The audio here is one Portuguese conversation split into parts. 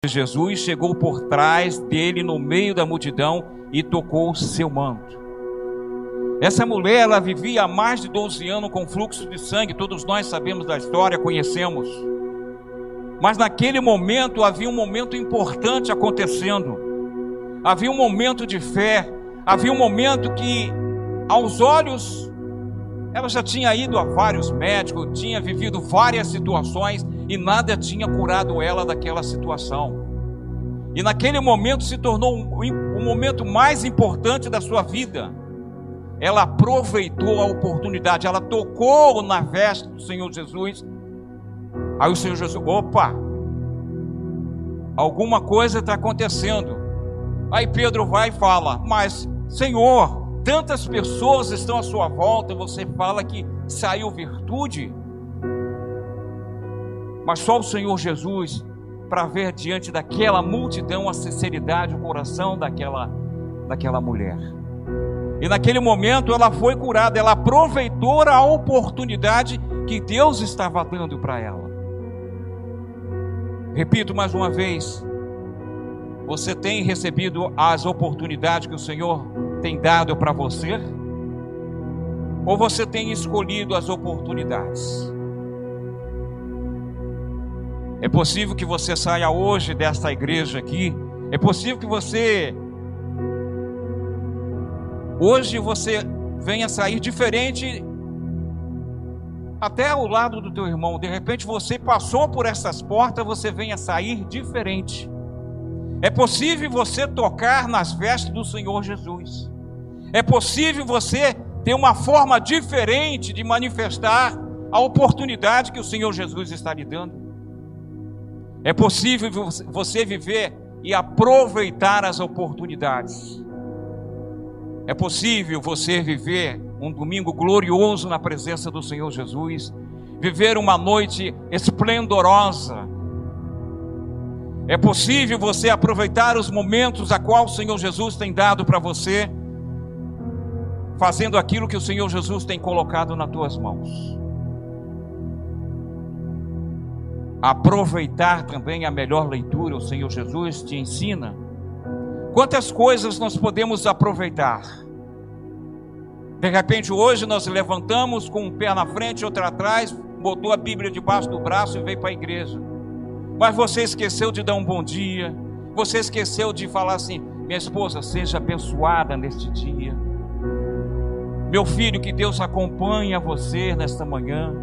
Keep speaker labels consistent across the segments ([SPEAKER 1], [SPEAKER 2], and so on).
[SPEAKER 1] Jesus chegou por trás dele no meio da multidão e tocou o seu manto. Essa mulher, ela vivia há mais de 12 anos com fluxo de sangue. Todos nós sabemos da história, conhecemos. Mas naquele momento havia um momento importante acontecendo. Havia um momento de fé. Havia um momento que, aos olhos, ela já tinha ido a vários médicos, tinha vivido várias situações e nada tinha curado ela daquela situação. E naquele momento se tornou o momento mais importante da sua vida. Ela aproveitou a oportunidade, ela tocou na veste do Senhor Jesus. Aí o Senhor Jesus, opa, alguma coisa está acontecendo. Aí Pedro vai e fala, mas Senhor, tantas pessoas estão à sua volta, você fala que saiu virtude. Mas só o Senhor Jesus, para ver diante daquela multidão a sinceridade, o coração daquela mulher. E naquele momento ela foi curada, ela aproveitou a oportunidade que Deus estava dando para ela. Repito mais uma vez, você tem recebido as oportunidades que o Senhor tem dado para você? Ou você tem escolhido as oportunidades? É possível que você saia hoje desta igreja aqui. É possível que hoje você venha sair diferente, até ao lado do teu irmão. De repente você passou por essas portas, você venha sair diferente. É possível você tocar nas vestes do Senhor Jesus. É possível você ter uma forma diferente de manifestar a oportunidade que o Senhor Jesus está lhe dando. É possível você viver e aproveitar as oportunidades. É possível você viver um domingo glorioso na presença do Senhor Jesus, viver uma noite esplendorosa. É possível você aproveitar os momentos a qual o Senhor Jesus tem dado para você, fazendo aquilo que o Senhor Jesus tem colocado nas tuas mãos. Aproveitar também a melhor leitura, o Senhor Jesus te ensina. Quantas coisas nós podemos aproveitar? De repente hoje nós levantamos com um pé na frente, outro atrás, botou a Bíblia debaixo do braço e veio para a igreja. Mas você esqueceu de dar um bom dia, você esqueceu de falar assim, minha esposa, seja abençoada neste dia. Meu filho, que Deus acompanhe você nesta manhã.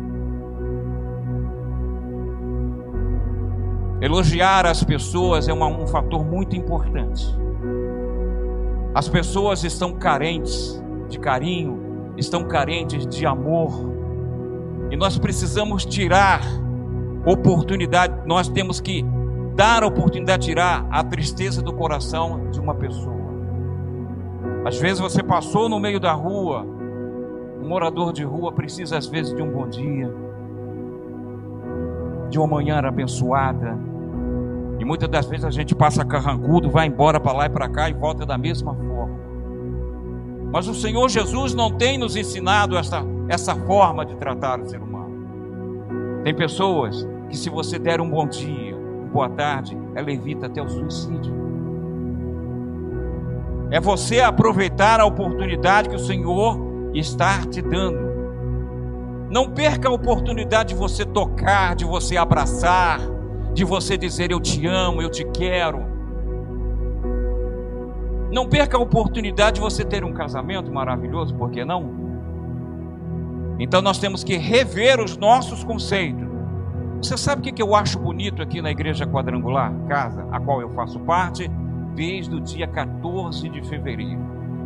[SPEAKER 1] Elogiar as pessoas é um fator muito importante. As pessoas estão carentes de carinho, estão carentes de amor. E nós precisamos tirar oportunidade, nós temos que dar a oportunidade de tirar a tristeza do coração de uma pessoa. Às vezes você passou no meio da rua, um morador de rua precisa às vezes de um bom dia, de uma manhã abençoada. E muitas das vezes a gente passa carrancudo, vai embora para lá e para cá e volta da mesma forma. Mas o Senhor Jesus não tem nos ensinado essa forma de tratar o ser humano. Tem pessoas que, se você der um bom dia, uma boa tarde, ela evita até o suicídio. É você aproveitar a oportunidade que o Senhor está te dando. Não perca a oportunidade de você tocar, de você abraçar, de você dizer eu te amo, eu te quero. Não perca a oportunidade de você ter um casamento maravilhoso, por que não? Então nós temos que rever os nossos conceitos. Você sabe o que eu acho bonito aqui na Igreja Quadrangular, casa a qual eu faço parte, desde o dia 14 de fevereiro.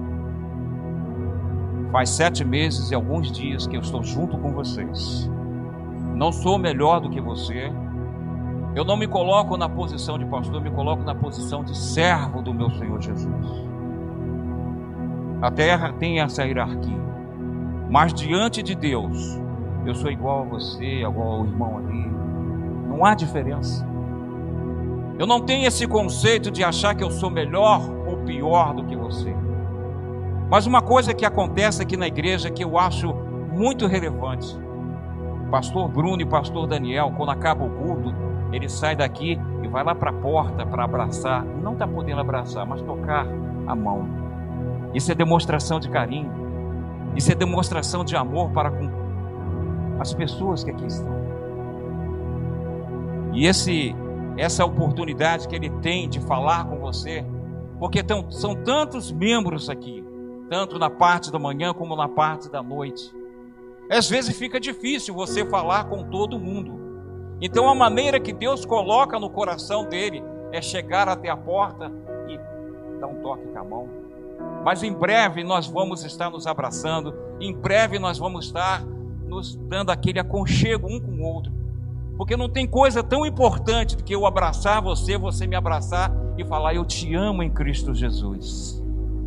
[SPEAKER 1] Faz 7 meses e alguns dias que eu estou junto com vocês. Não sou melhor do que você. Eu não me coloco na posição de pastor, eu me coloco na posição de servo do meu Senhor Jesus. A terra tem essa hierarquia, mas diante de Deus, eu sou igual a você, igual ao irmão ali. Não há diferença. Eu não tenho esse conceito de achar que eu sou melhor ou pior do que você. Mas uma coisa que acontece aqui na igreja que eu acho muito relevante. Pastor Bruno e pastor Daniel, quando acaba o culto, ele sai daqui e vai lá para a porta para abraçar, não está podendo abraçar, mas tocar a mão. Isso é demonstração de carinho. Isso é demonstração de amor para com as pessoas que aqui estão. E essa oportunidade que ele tem de falar com você, porque são tantos membros aqui, tanto na parte da manhã como na parte da noite. Às vezes fica difícil você falar com todo mundo. Então a maneira que Deus coloca no coração dele é chegar até a porta e dar um toque com a mão. Mas em breve nós vamos estar nos abraçando, em breve nós vamos estar nos dando aquele aconchego um com o outro. Porque não tem coisa tão importante do que eu abraçar você, você me abraçar e falar: eu te amo em Cristo Jesus.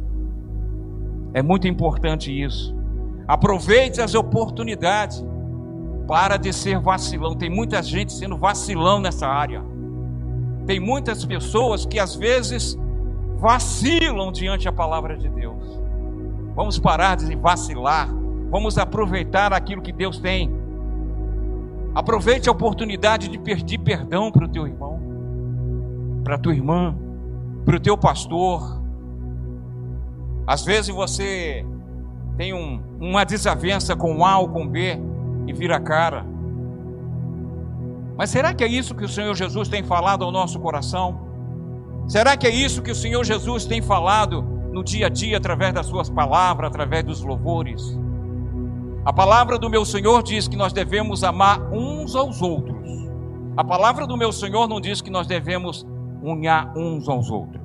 [SPEAKER 1] É muito importante isso. Aproveite as oportunidades. Para de ser vacilão. Tem muita gente sendo vacilão nessa área. Tem muitas pessoas que às vezes vacilam diante da palavra de Deus. Vamos parar de vacilar. Vamos aproveitar aquilo que Deus tem. Aproveite a oportunidade de pedir perdão para o teu irmão, para a tua irmã, para o teu pastor. Às vezes você tem uma desavença com A ou com B e vira a cara. Mas será que é isso que o Senhor Jesus tem falado ao nosso coração? Será que é isso que o Senhor Jesus tem falado no dia a dia, através das suas palavras, através dos louvores? A palavra do meu Senhor diz que nós devemos amar uns aos outros. A palavra do meu Senhor não diz que nós devemos unhar uns aos outros.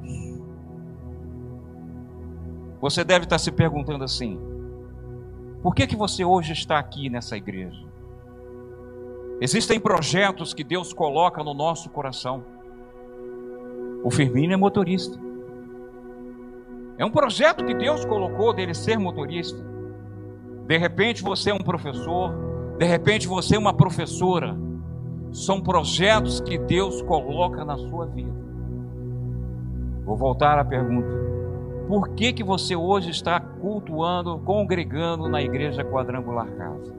[SPEAKER 1] Você deve estar se perguntando assim: por que você hoje está aqui nessa igreja? Existem projetos que Deus coloca no nosso coração. O Firmino é motorista. É um projeto que Deus colocou dele ser motorista. De repente você é um professor, de repente você é uma professora. São projetos que Deus coloca na sua vida. Vou voltar à pergunta: por que você hoje está cultuando, congregando na Igreja Quadrangular Casa?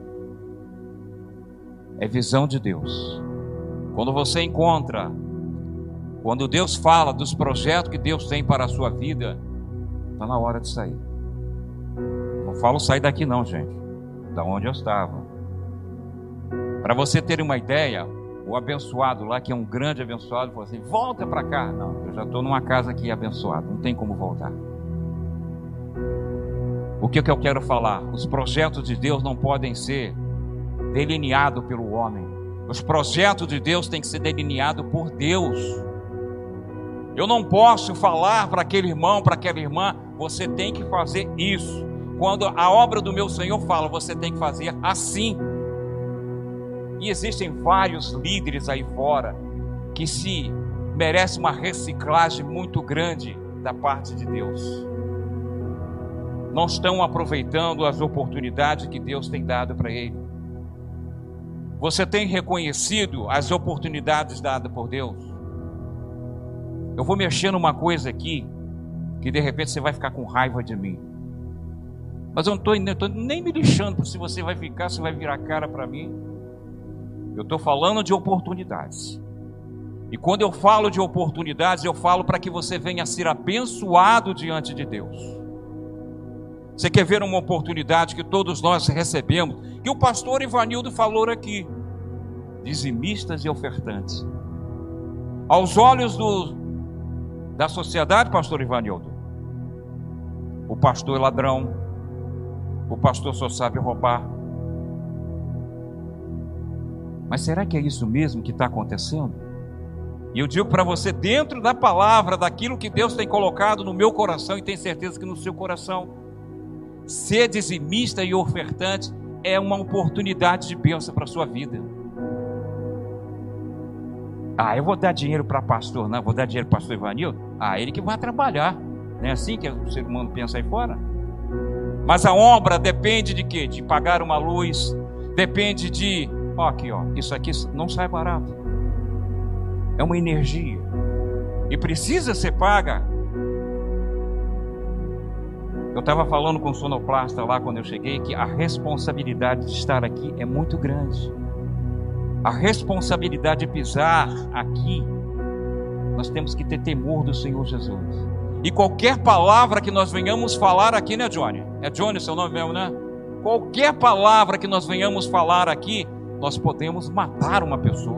[SPEAKER 1] É visão de Deus. Quando você encontra, quando Deus fala dos projetos que Deus tem para a sua vida, está na hora de sair. Não falo sair daqui não, gente, da onde eu estava. Para você ter uma ideia, o abençoado lá, que é um grande abençoado, falou assim: volta para cá. Não, eu já estou numa casa aqui abençoada, não tem como voltar. O que eu quero falar? Os projetos de Deus não podem ser delineados pelo homem. Os projetos de Deus têm que ser delineados por Deus. Eu não posso falar para aquele irmão, para aquela irmã: você tem que fazer isso. Quando a obra do meu Senhor fala: você tem que fazer assim. E existem vários líderes aí fora que se merecem uma reciclagem muito grande da parte de Deus. Não estão aproveitando as oportunidades que Deus tem dado para ele. Você tem reconhecido as oportunidades dadas por Deus? Eu vou mexer numa coisa aqui que de repente você vai ficar com raiva de mim. Mas eu não estou nem me lixando se você vai ficar, se vai virar a cara para mim. Eu estou falando de oportunidades. E quando eu falo de oportunidades, eu falo para que você venha a ser abençoado diante de Deus. Você quer ver uma oportunidade que todos nós recebemos, que o pastor Ivanildo falou aqui: dizimistas e ofertantes. Aos olhos da sociedade, pastor Ivanildo, o pastor é ladrão, o pastor só sabe roubar. Mas será que é isso mesmo que está acontecendo? E eu digo para você, dentro da palavra, daquilo que Deus tem colocado no meu coração, e tenho certeza que no seu coração, ser dizimista e ofertante é uma oportunidade de bênção para a sua vida. Eu vou dar dinheiro para pastor, não, vou dar dinheiro para pastor Ivanildo? Ele que vai trabalhar. Não é assim que o ser humano pensa aí fora? Mas a obra depende de quê? De pagar uma luz, depende de... isso aqui não sai barato. É uma energia. E precisa ser paga. Eu estava falando com o sonoplasta lá quando eu cheguei, que a responsabilidade de estar aqui é muito grande. A responsabilidade de pisar aqui nós temos que ter temor do Senhor Jesus. E qualquer palavra que nós venhamos falar aqui, né, Johnny? É Johnny seu nome mesmo, né? Qualquer palavra que nós venhamos falar aqui, nós podemos matar uma pessoa.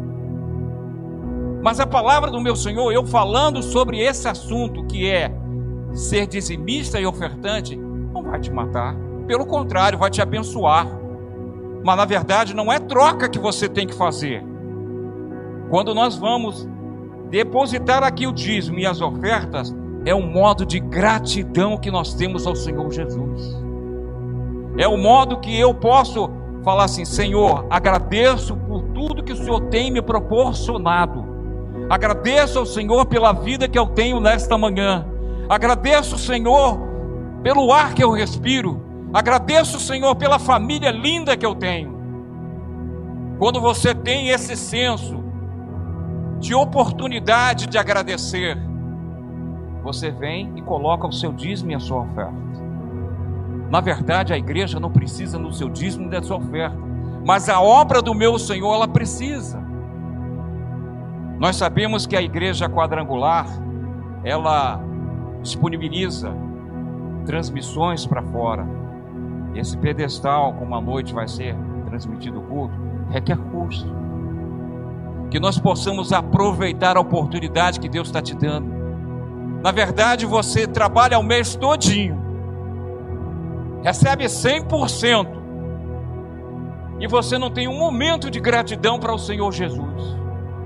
[SPEAKER 1] Mas a palavra do meu Senhor, eu falando sobre esse assunto que é ser dizimista e ofertante, não vai te matar. Pelo contrário, vai te abençoar. Mas na verdade não é troca que você tem que fazer. Quando nós vamos depositar aqui o dízimo e as ofertas, é um modo de gratidão que nós temos ao Senhor Jesus. É o modo que eu posso falar assim: Senhor, agradeço por tudo que o Senhor tem me proporcionado. Agradeço ao Senhor pela vida que eu tenho nesta manhã. Agradeço, Senhor, pelo ar que eu respiro. Agradeço, Senhor, pela família linda que eu tenho. Quando você tem esse senso de oportunidade de agradecer, você vem e coloca o seu dízimo e a sua oferta. Na verdade, a igreja não precisa do seu dízimo e da sua oferta, mas a obra do meu Senhor, ela precisa. Nós sabemos que a igreja quadrangular, ela disponibiliza transmissões para fora. Esse pedestal, como à noite vai ser transmitido o culto, requer custo. Que nós possamos aproveitar a oportunidade que Deus está te dando. Na verdade, você trabalha o mês todinho, recebe 100%, e você não tem um momento de gratidão para o Senhor Jesus.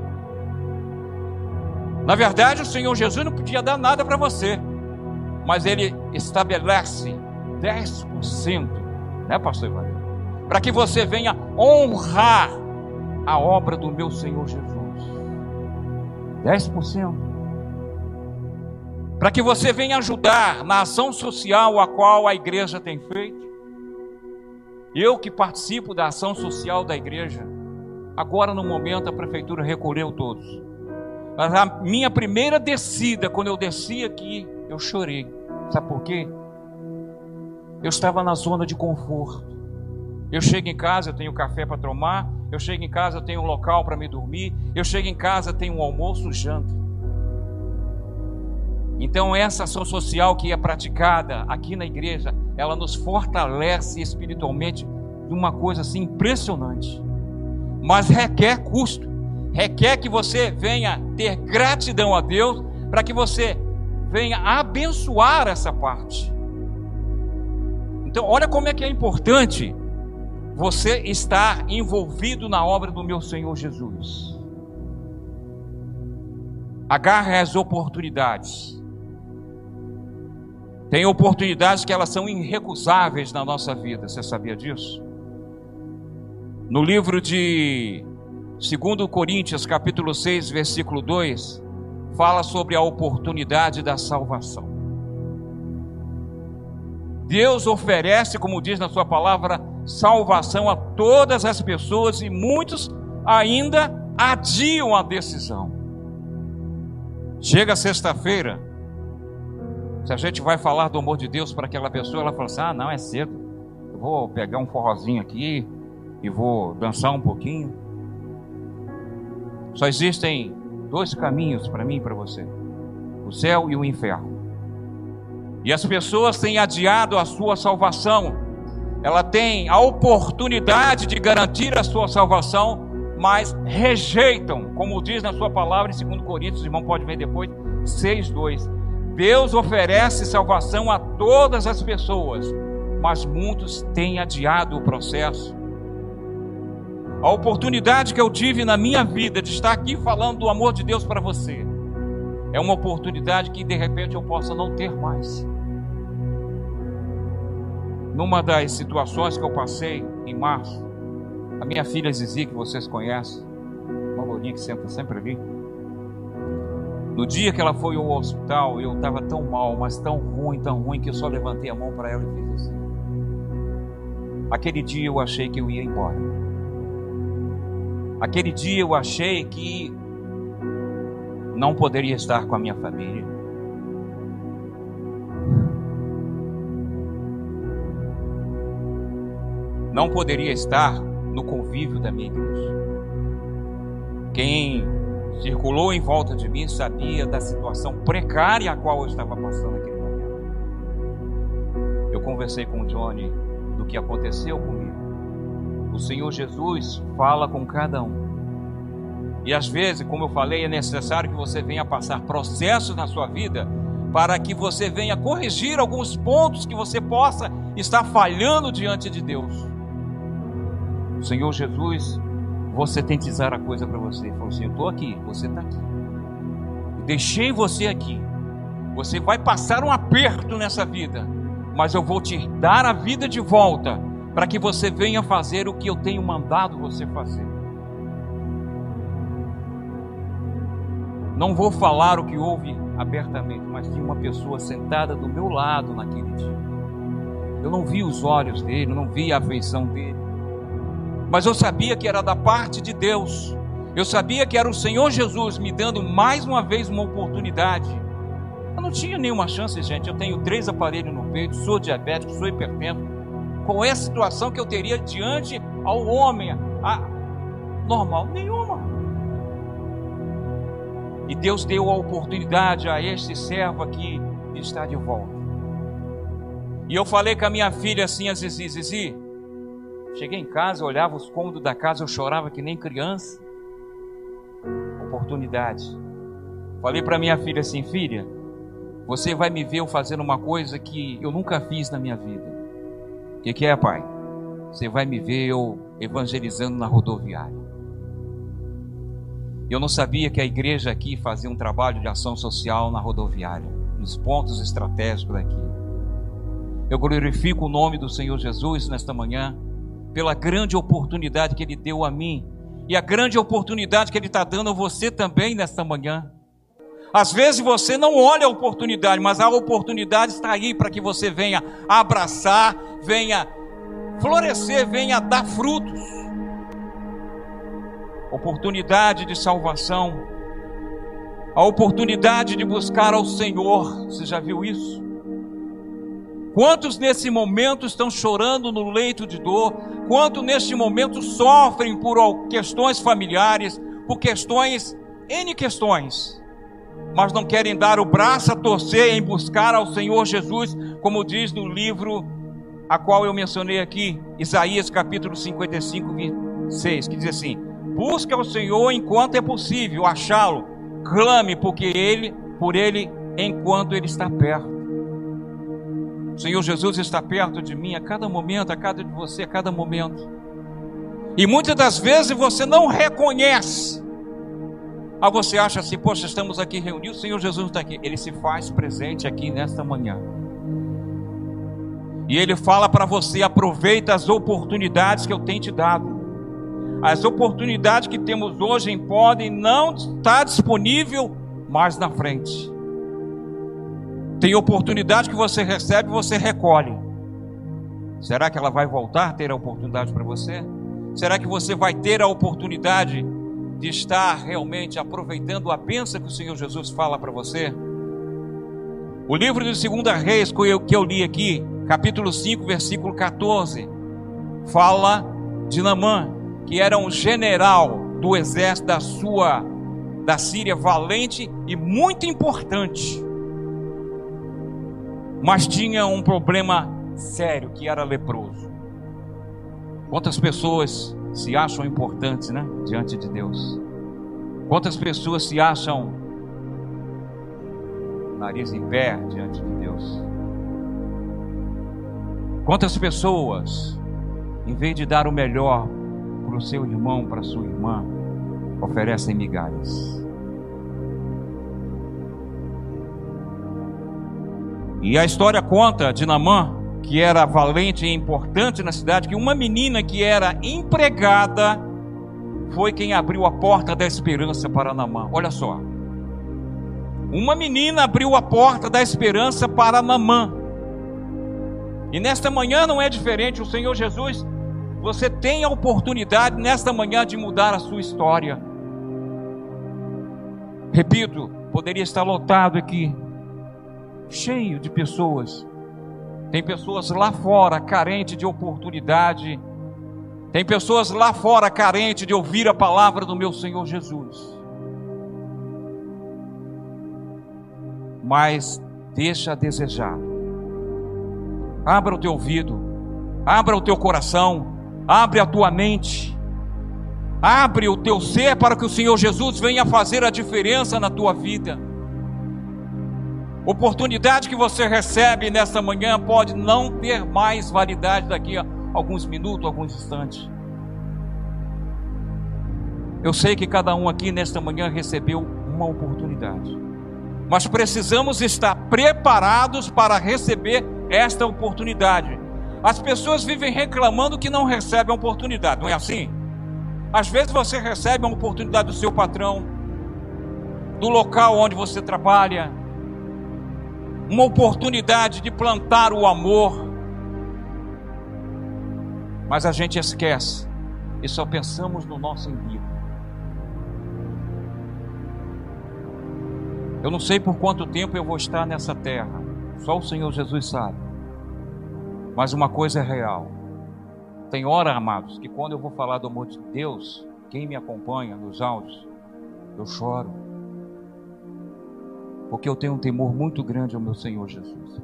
[SPEAKER 1] Na verdade, o Senhor Jesus não podia dar nada para você, mas Ele estabelece 10%, né, pastor Ivan? Para que você venha honrar a obra do meu Senhor Jesus. 10%. Para que você venha ajudar na ação social a qual a igreja tem feito. Eu que participo da ação social da igreja, agora no momento a prefeitura recolheu todos. Mas a minha primeira descida, quando eu desci aqui, eu chorei. Sabe por quê? Eu estava na zona de conforto. Eu chego em casa, eu tenho café para tomar. Eu chego em casa, eu tenho um local para me dormir. Eu chego em casa, eu tenho um almoço, janta. Então essa ação social que é praticada aqui na igreja, ela nos fortalece espiritualmente de uma coisa assim impressionante. Mas requer custo. Requer que você venha ter gratidão a Deus, para que você venha abençoar essa parte. Então olha como é que é importante você estar envolvido na obra do meu Senhor Jesus. Agarre as oportunidades. Tem oportunidades que elas são irrecusáveis na nossa vida. Você sabia disso? No livro de 2 Coríntios, capítulo 6, versículo 2, fala sobre a oportunidade da salvação. Deus oferece, como diz na sua palavra, salvação a todas as pessoas, e muitos ainda adiam a decisão. Chega sexta-feira, se a gente vai falar do amor de Deus para aquela pessoa, ela fala assim: ah, não, é cedo, eu vou pegar um forrozinho aqui e vou dançar um pouquinho. Só existem dois caminhos para mim e para você: o céu e o inferno. E as pessoas têm adiado a sua salvação. Ela tem a oportunidade de garantir a sua salvação, mas rejeitam, como diz na sua palavra em 2 Coríntios, o irmão pode ver depois, 6:2. Deus oferece salvação a todas as pessoas, mas muitos têm adiado o processo. A oportunidade que eu tive na minha vida de estar aqui falando do amor de Deus para você, é uma oportunidade que de repente eu possa não ter mais. Numa das situações que eu passei em março, a minha filha Zizi, que vocês conhecem, uma lourinha que senta sempre ali, no dia que ela foi ao hospital, eu estava tão mal, mas tão ruim, que eu só levantei a mão para ela e fiz assim. Aquele dia eu achei que eu ia embora. Aquele dia eu achei que não poderia estar com a minha família. Não poderia estar no convívio da minha igreja. Quem circulou em volta de mim, sabia da situação precária a qual eu estava passando naquele momento. Eu conversei com o Johnny do que aconteceu comigo. O Senhor Jesus fala com cada um. E às vezes, como eu falei, é necessário que você venha passar processos na sua vida para que você venha corrigir alguns pontos que você possa estar falhando diante de Deus. O Senhor Jesus, vou sintetizar a coisa para você. Ele falou assim: eu estou aqui, você está aqui. Eu deixei você aqui. Você vai passar um aperto nessa vida, mas eu vou te dar a vida de volta para que você venha fazer o que eu tenho mandado você fazer. Não vou falar o que houve abertamente, mas tinha uma pessoa sentada do meu lado naquele dia. Eu não vi os olhos dele, não vi a afeição dele, mas eu sabia que era da parte de Deus. Eu sabia que era o Senhor Jesus me dando mais uma vez uma oportunidade. Eu não tinha nenhuma chance, gente. Eu tenho 3 aparelhos no peito, sou diabético, sou hipertenso. Qual é a situação que eu teria diante ao homem? Normal? Nenhuma. E Deus deu a oportunidade a este servo aqui de estar de volta. E eu falei com a minha filha assim, a Zizi: Zizi, cheguei em casa, olhava os cômodos da casa, eu chorava que nem criança. Oportunidade. Falei para minha filha assim: filha, você vai me ver eu fazendo uma coisa que eu nunca fiz na minha vida. O que é, pai? Você vai me ver eu evangelizando na rodoviária. Eu não sabia que a igreja aqui fazia um trabalho de ação social na rodoviária, nos pontos estratégicos daqui. Eu glorifico o nome do Senhor Jesus nesta manhã, pela grande oportunidade que Ele deu a mim, e a grande oportunidade que Ele está dando a você também nesta manhã. Às vezes você não olha a oportunidade, mas a oportunidade está aí para que você venha abraçar, venha florescer, venha dar frutos. Oportunidade de salvação, a oportunidade de buscar ao Senhor. Você já viu isso? Quantos nesse momento estão chorando no leito de dor? Quantos neste momento sofrem por questões familiares, por N questões, mas não querem dar o braço a torcer em buscar ao Senhor Jesus, como diz no livro a qual eu mencionei aqui, Isaías capítulo 55, 26, que diz assim: busque ao Senhor enquanto é possível achá-lo, clame por ele enquanto ele está perto. O Senhor Jesus está perto de mim a cada momento, a cada de você, a cada momento. E muitas das vezes você não reconhece. Você acha assim: poxa, estamos aqui reunidos, o Senhor Jesus está aqui. Ele se faz presente aqui nesta manhã. E Ele fala para você: aproveita as oportunidades que eu tenho te dado. As oportunidades que temos hoje podem não estar disponível mais na frente. Tem oportunidade que você recebe e você recolhe. Será que ela vai voltar a ter a oportunidade para você? Será que você vai ter a oportunidade de estar realmente aproveitando a bênção que o Senhor Jesus fala para você? O livro de 2 Reis que eu li aqui, capítulo 5, versículo 14, fala de Naamã, que era um general do exército da Síria, valente e muito importante, mas tinha um problema sério, que era leproso. Quantas pessoas se acham importantes, né, diante de Deus? Quantas pessoas se acham nariz em pé diante de Deus? Quantas pessoas, em vez de dar o melhor para o seu irmão, para a sua irmã, oferecem migalhas? E a história conta de Naamã, que era valente e importante na cidade, que uma menina que era empregada foi quem abriu a porta da esperança para Naamã. Olha só, uma menina abriu a porta da esperança para Naamã. E nesta manhã não é diferente. O Senhor Jesus, você tem a oportunidade nesta manhã de mudar a sua história. Repito, poderia estar lotado aqui, cheio de pessoas. Tem pessoas lá fora carentes de oportunidade. Tem pessoas lá fora carentes de ouvir a palavra do meu Senhor Jesus. mas deixa a desejar. Abra o teu ouvido, abra o teu coração, abre a tua mente, abre o teu ser para que o Senhor Jesus venha fazer a diferença na tua vida. Oportunidade que você recebe nesta manhã pode não ter mais validade daqui a alguns minutos, alguns instantes. Eu sei que cada um aqui nesta manhã recebeu uma oportunidade, mas precisamos estar preparados para receber esta oportunidade. As pessoas vivem reclamando que não recebem a oportunidade, não é assim? Às vezes você recebe uma oportunidade do seu patrão, do local onde você trabalha, uma oportunidade de plantar o amor, mas a gente esquece e só pensamos no nosso umbigo. Eu não sei por quanto tempo eu vou estar nessa terra, só o Senhor Jesus sabe, mas uma coisa é real. Tem hora, amados, que quando eu vou falar do amor de Deus, quem me acompanha nos áudios, eu choro, porque eu tenho um temor muito grande ao meu Senhor Jesus.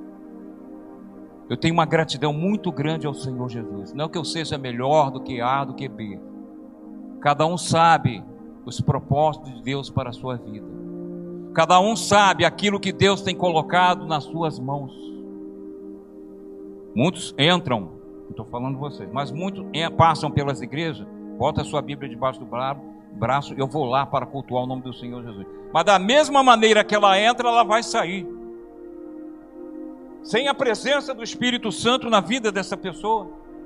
[SPEAKER 1] Eu tenho uma gratidão muito grande ao Senhor Jesus. Não que eu seja melhor do que A, do que B. Cada um sabe os propósitos de Deus para a sua vida. Cada um sabe aquilo que Deus tem colocado nas suas mãos. Muitos entram, não estou falando de vocês, mas muitos passam pelas igrejas, bota a sua Bíblia debaixo do braço, eu vou lá para cultuar o nome do Senhor Jesus. Mas da mesma maneira que ela entra, ela vai sair. Sem a presença do Espírito Santo na vida dessa pessoa.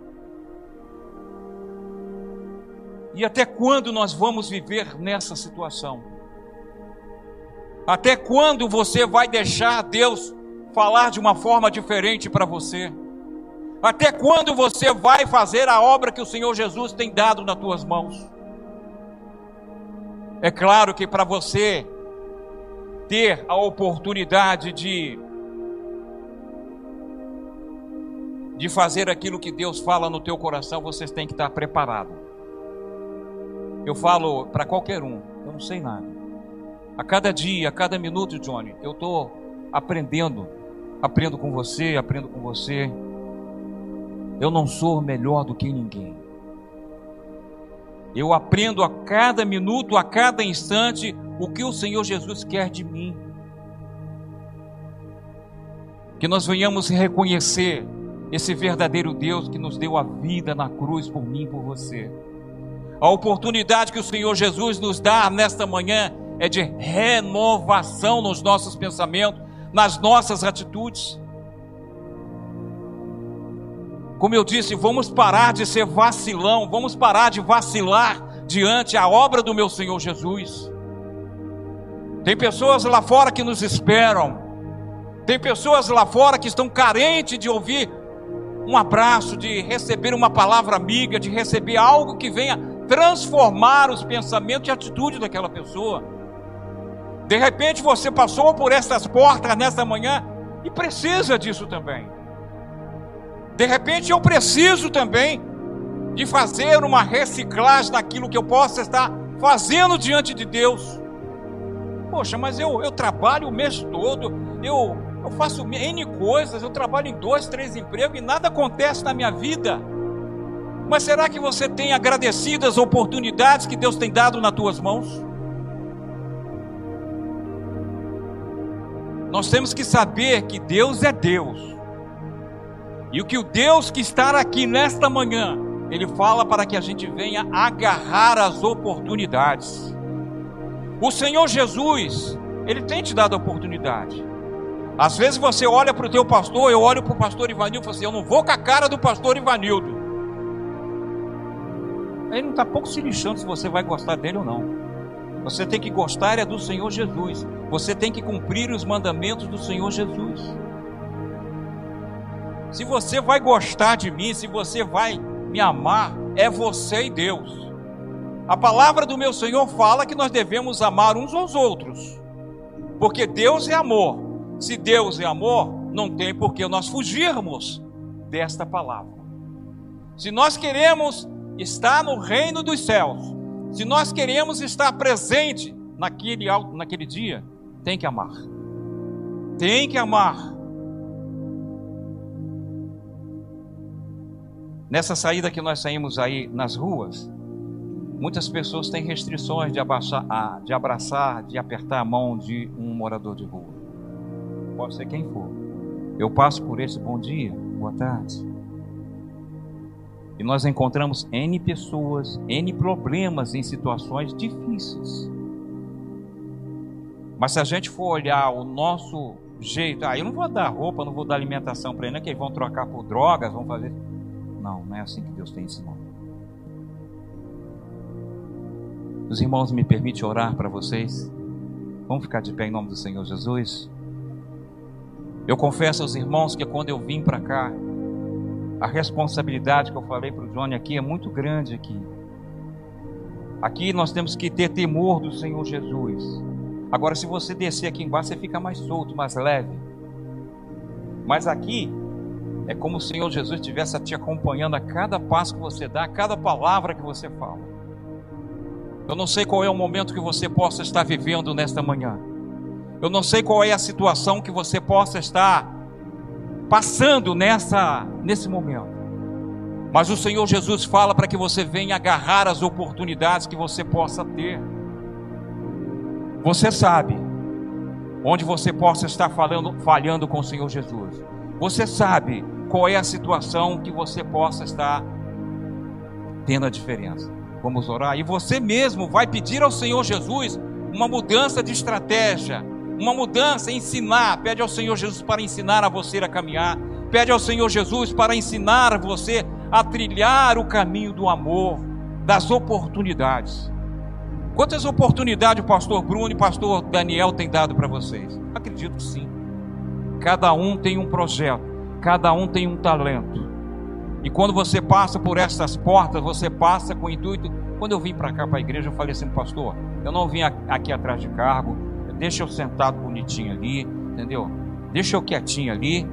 [SPEAKER 1] E até quando nós vamos viver nessa situação? Até quando você vai deixar Deus falar de uma forma diferente para você? Até quando você vai fazer a obra que o Senhor Jesus tem dado nas tuas mãos? É claro que para você ter a oportunidade de fazer aquilo que Deus fala no teu coração, vocês têm que estar preparados. Eu falo para qualquer um, eu não sei nada. A cada dia, a cada minuto, Johnny, eu estou aprendendo com você, aprendo com você. Eu não sou melhor do que ninguém. Eu aprendo a cada minuto, a cada instante, o que o Senhor Jesus quer de mim. Que nós venhamos reconhecer esse verdadeiro Deus que nos deu a vida na cruz por mim e por você. A oportunidade que o Senhor Jesus nos dá nesta manhã é de renovação nos nossos pensamentos, nas nossas atitudes. Como eu disse, vamos parar de ser vacilão, vamos parar de vacilar diante a obra do meu Senhor Jesus. Tem pessoas lá fora que nos esperam, tem pessoas lá fora que estão carentes de ouvir um abraço, de receber uma palavra amiga, de receber algo que venha transformar os pensamentos e atitudes daquela pessoa. De repente você passou por essas portas nesta manhã e precisa disso também. De repente eu preciso também de fazer uma reciclagem daquilo que eu possa estar fazendo diante de Deus. Poxa, mas eu trabalho o mês todo, eu faço N coisas, eu trabalho em 2, 3 empregos e nada acontece na minha vida. Mas será que você tem agradecido as oportunidades que Deus tem dado nas tuas mãos? Nós temos que saber que Deus é Deus. E o que o Deus que está aqui nesta manhã, Ele fala para que a gente venha agarrar as oportunidades. O Senhor Jesus, Ele tem te dado a oportunidade. Às vezes você olha para o teu pastor, eu olho para o pastor Ivanildo e falo assim, eu não vou com a cara do pastor Ivanildo. Ele não está pouco se lixando se você vai gostar dele ou não. Você tem que gostar do Senhor Jesus. Você tem que cumprir os mandamentos do Senhor Jesus. Se você vai gostar de mim, se você vai me amar, é você e Deus. A palavra do meu Senhor fala que nós devemos amar uns aos outros, porque Deus é amor. Se Deus é amor, não tem por que nós fugirmos desta palavra. Se nós queremos estar no reino dos céus, se nós queremos estar presente naquele dia, tem que amar. Tem que amar. Nessa saída que nós saímos aí nas ruas, muitas pessoas têm restrições de abraçar, de apertar a mão de um morador de rua. Pode ser quem for. Eu passo por esse bom dia, boa tarde. E nós encontramos N pessoas, N problemas em situações difíceis. Mas se a gente for olhar o nosso jeito, eu não vou dar roupa, não vou dar alimentação para ele, não é que eles vão trocar por drogas, vão fazer... Não é assim que Deus tem ensinado. Os irmãos me permitem orar para vocês? Vamos ficar de pé em nome do Senhor Jesus? Eu confesso aos irmãos que quando eu vim para cá, a responsabilidade que eu falei para o Johnny aqui é muito grande aqui. Aqui nós temos que ter temor do Senhor Jesus. Agora, se você descer aqui embaixo, você fica mais solto, mais leve. Mas aqui é como o Senhor Jesus estivesse te acompanhando a cada passo que você dá, a cada palavra que você fala. Eu não sei qual é o momento que você possa estar vivendo nesta manhã. Eu não sei qual é a situação que você possa estar passando nesse momento. Mas o Senhor Jesus fala para que você venha agarrar as oportunidades que você possa ter. Você sabe onde você possa estar falhando com o Senhor Jesus. Você sabe qual é a situação que você possa estar tendo a diferença. Vamos orar? E você mesmo vai pedir ao Senhor Jesus uma mudança de estratégia, uma mudança, ensinar. Pede ao Senhor Jesus para ensinar a você a caminhar. Pede ao Senhor Jesus para ensinar você a trilhar o caminho do amor, das oportunidades. Quantas oportunidades o pastor Bruno e o pastor Daniel têm dado para vocês? Acredito que sim. Cada um tem um projeto, cada um tem um talento. E quando você passa por essas portas, você passa com o intuito. Quando eu vim para cá, para a igreja, eu falei assim, pastor, eu não vim aqui atrás de cargo, deixa eu sentado bonitinho ali, entendeu? Deixa eu quietinho ali.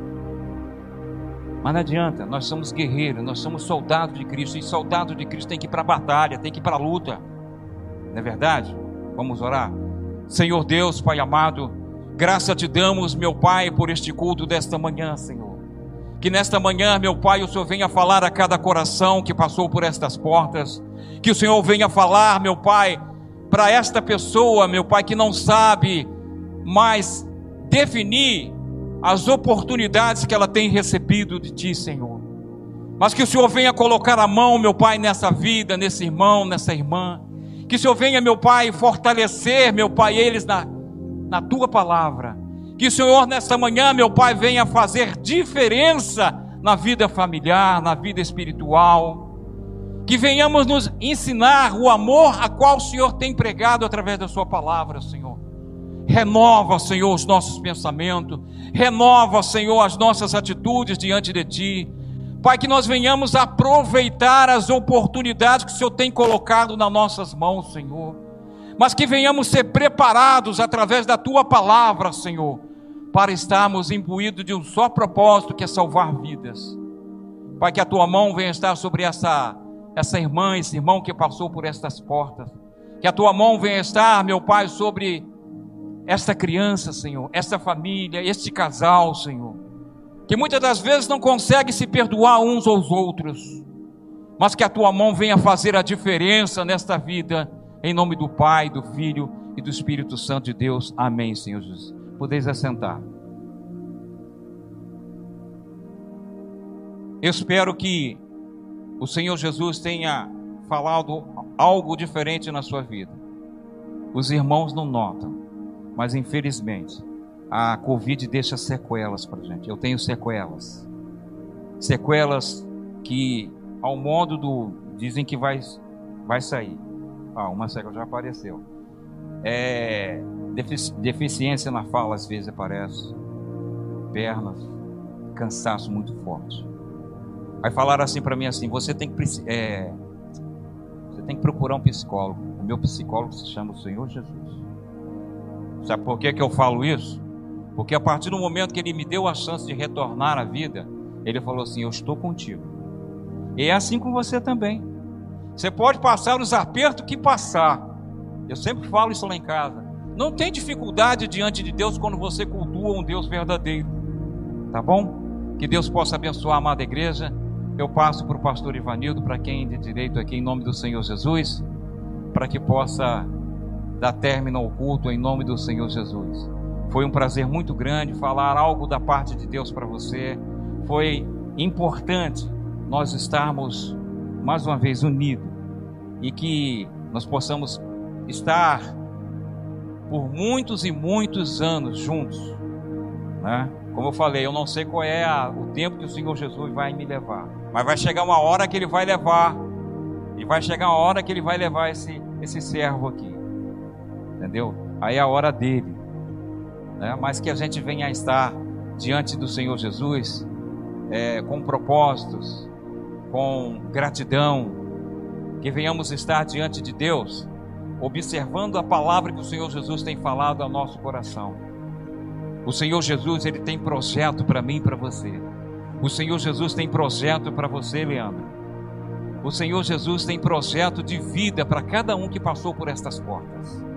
[SPEAKER 1] Mas não adianta, nós somos guerreiros, nós somos soldados de Cristo, e soldado de Cristo tem que ir para a batalha, tem que ir para a luta. Não é verdade? Vamos orar? Senhor Deus, Pai amado, graça te damos, meu Pai, por este culto desta manhã, Senhor. Que nesta manhã, meu Pai, o Senhor venha falar a cada coração que passou por estas portas. Que o Senhor venha falar, meu Pai, para esta pessoa, meu Pai, que não sabe mais definir as oportunidades que ela tem recebido de Ti, Senhor. Mas que o Senhor venha colocar a mão, meu Pai, nessa vida, nesse irmão, nessa irmã. Que o Senhor venha, meu Pai, fortalecer, meu Pai, eles na Tua palavra. Que o Senhor, nesta manhã, meu Pai, venha fazer diferença na vida familiar, na vida espiritual. Que venhamos nos ensinar o amor a qual o Senhor tem pregado através da Sua palavra, Senhor. Renova, Senhor, os nossos pensamentos. Renova, Senhor, as nossas atitudes diante de Ti. Pai, que nós venhamos aproveitar as oportunidades que o Senhor tem colocado nas nossas mãos, Senhor. Mas que venhamos ser preparados através da Tua palavra, Senhor, para estarmos imbuídos de um só propósito, que é salvar vidas. Pai, que a Tua mão venha estar sobre essa irmã, esse irmão que passou por estas portas. Que a Tua mão venha estar, meu Pai, sobre esta criança, Senhor, esta família, este casal, Senhor, que muitas das vezes não consegue se perdoar uns aos outros, mas que a Tua mão venha fazer a diferença nesta vida, em nome do Pai, do Filho e do Espírito Santo de Deus. Amém, Senhor Jesus. Podeis assentar. Eu espero que o Senhor Jesus tenha falado algo diferente na sua vida. Os irmãos não notam, mas infelizmente a Covid deixa sequelas para a gente. Eu tenho sequelas que ao modo dizem que vai sair. Uma sequela já apareceu. Deficiência na fala às vezes aparece, pernas, cansaço muito forte. Aí falaram assim para mim assim, você tem que procurar um psicólogo. O meu psicólogo se chama o Senhor Jesus. Sabe por que eu falo isso? Porque a partir do momento que Ele me deu a chance de retornar à vida, Ele falou assim, eu estou contigo. E é assim com você também. Você pode passar os apertos que passar. Eu sempre falo isso lá em casa. Não tem dificuldade diante de Deus quando você cultua um Deus verdadeiro. Tá bom? Que Deus possa abençoar a amada igreja. Eu passo para o pastor Ivanildo, para quem de direito aqui, em nome do Senhor Jesus, para que possa dar término ao culto em nome do Senhor Jesus. Foi um prazer muito grande falar algo da parte de Deus para você. Foi importante nós estarmos mais uma vez unidos e que nós possamos estar por muitos e muitos anos juntos, né? Como eu falei, eu não sei qual é o tempo que o Senhor Jesus vai me levar, mas vai chegar uma hora que Ele vai levar, e vai chegar uma hora que Ele vai levar esse servo aqui, entendeu? Aí é a hora dele, né? Mas que a gente venha a estar diante do Senhor Jesus com propósitos, com gratidão, que venhamos estar diante de Deus observando a palavra que o Senhor Jesus tem falado ao nosso coração. O Senhor Jesus, Ele tem projeto para mim e para você. O Senhor Jesus tem projeto para você, Leandro. O Senhor Jesus tem projeto de vida para cada um que passou por estas portas.